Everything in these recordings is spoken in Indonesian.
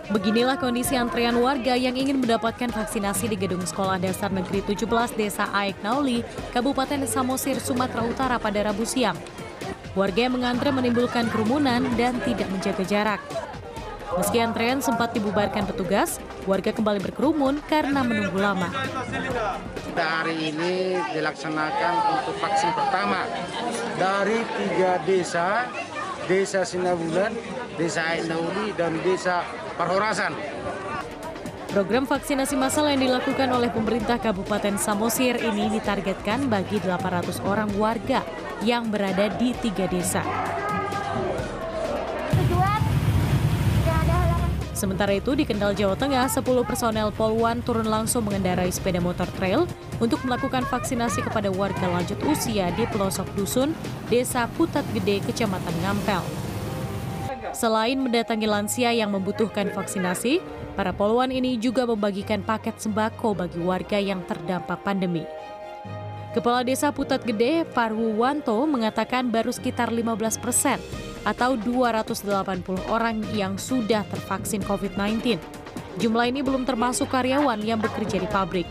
Beginilah kondisi antrean warga yang ingin mendapatkan vaksinasi di Gedung Sekolah Dasar Negeri 17 Desa Aek Nauli, Kabupaten Samosir, Sumatera Utara pada Rabu siang. Warga yang mengantre menimbulkan kerumunan dan tidak menjaga jarak. Meski antrean sempat dibubarkan petugas, warga kembali berkerumun karena menunggu lama. Hari ini dilaksanakan untuk vaksin pertama dari 3 desa, Desa Sinabulan, Desa Aek Nauli, dan Desa Parhorasan. Program vaksinasi massal yang dilakukan oleh pemerintah Kabupaten Samosir ini ditargetkan bagi 800 orang warga yang berada di 3 desa. Sementara itu, di Kendal, Jawa Tengah, 10 personel Polwan turun langsung mengendarai sepeda motor trail untuk melakukan vaksinasi kepada warga lanjut usia di pelosok dusun Desa Putat Gede, Kecamatan Ngampel. Selain mendatangi lansia yang membutuhkan vaksinasi, para Polwan ini juga membagikan paket sembako bagi warga yang terdampak pandemi. Kepala Desa Putat Gede, Parwuwanto, mengatakan baru sekitar 15% atau 280 orang yang sudah tervaksin COVID-19. Jumlah ini belum termasuk karyawan yang bekerja di pabrik.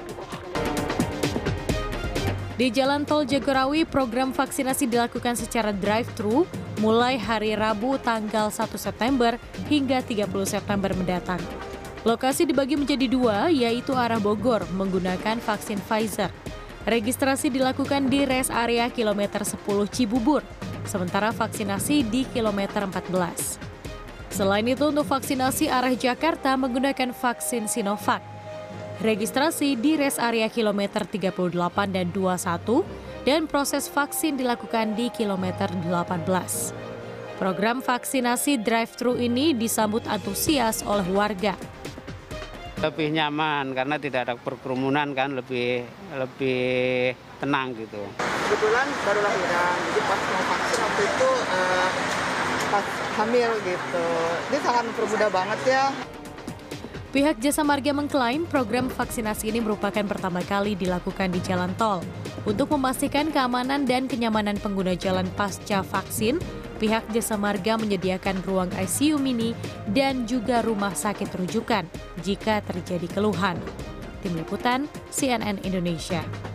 Di Jalan Tol Jagorawi, program vaksinasi dilakukan secara drive-thru mulai hari Rabu tanggal 1 September hingga 30 September mendatang. Lokasi dibagi menjadi 2, yaitu arah Bogor menggunakan vaksin Pfizer. Registrasi dilakukan di rest area kilometer 10 Cibubur, sementara vaksinasi di kilometer 14. Selain itu, untuk vaksinasi arah Jakarta menggunakan vaksin Sinovac. Registrasi di rest area kilometer 38 dan 21 dan proses vaksin dilakukan di kilometer 18. Program vaksinasi drive-thru ini disambut antusias oleh warga. Lebih nyaman karena tidak ada perkerumunan kan, lebih tenang gitu. Kebetulan baru lahiran, jadi pas mau vaksin waktu itu pas hamil gitu. Ini sangat mempermudah banget ya. Pihak Jasa Marga mengklaim program vaksinasi ini merupakan pertama kali dilakukan di jalan tol. Untuk memastikan keamanan dan kenyamanan pengguna jalan pasca vaksin, pihak Jasa Marga menyediakan ruang ICU mini dan juga rumah sakit rujukan jika terjadi keluhan. Tim Liputan, CNN Indonesia.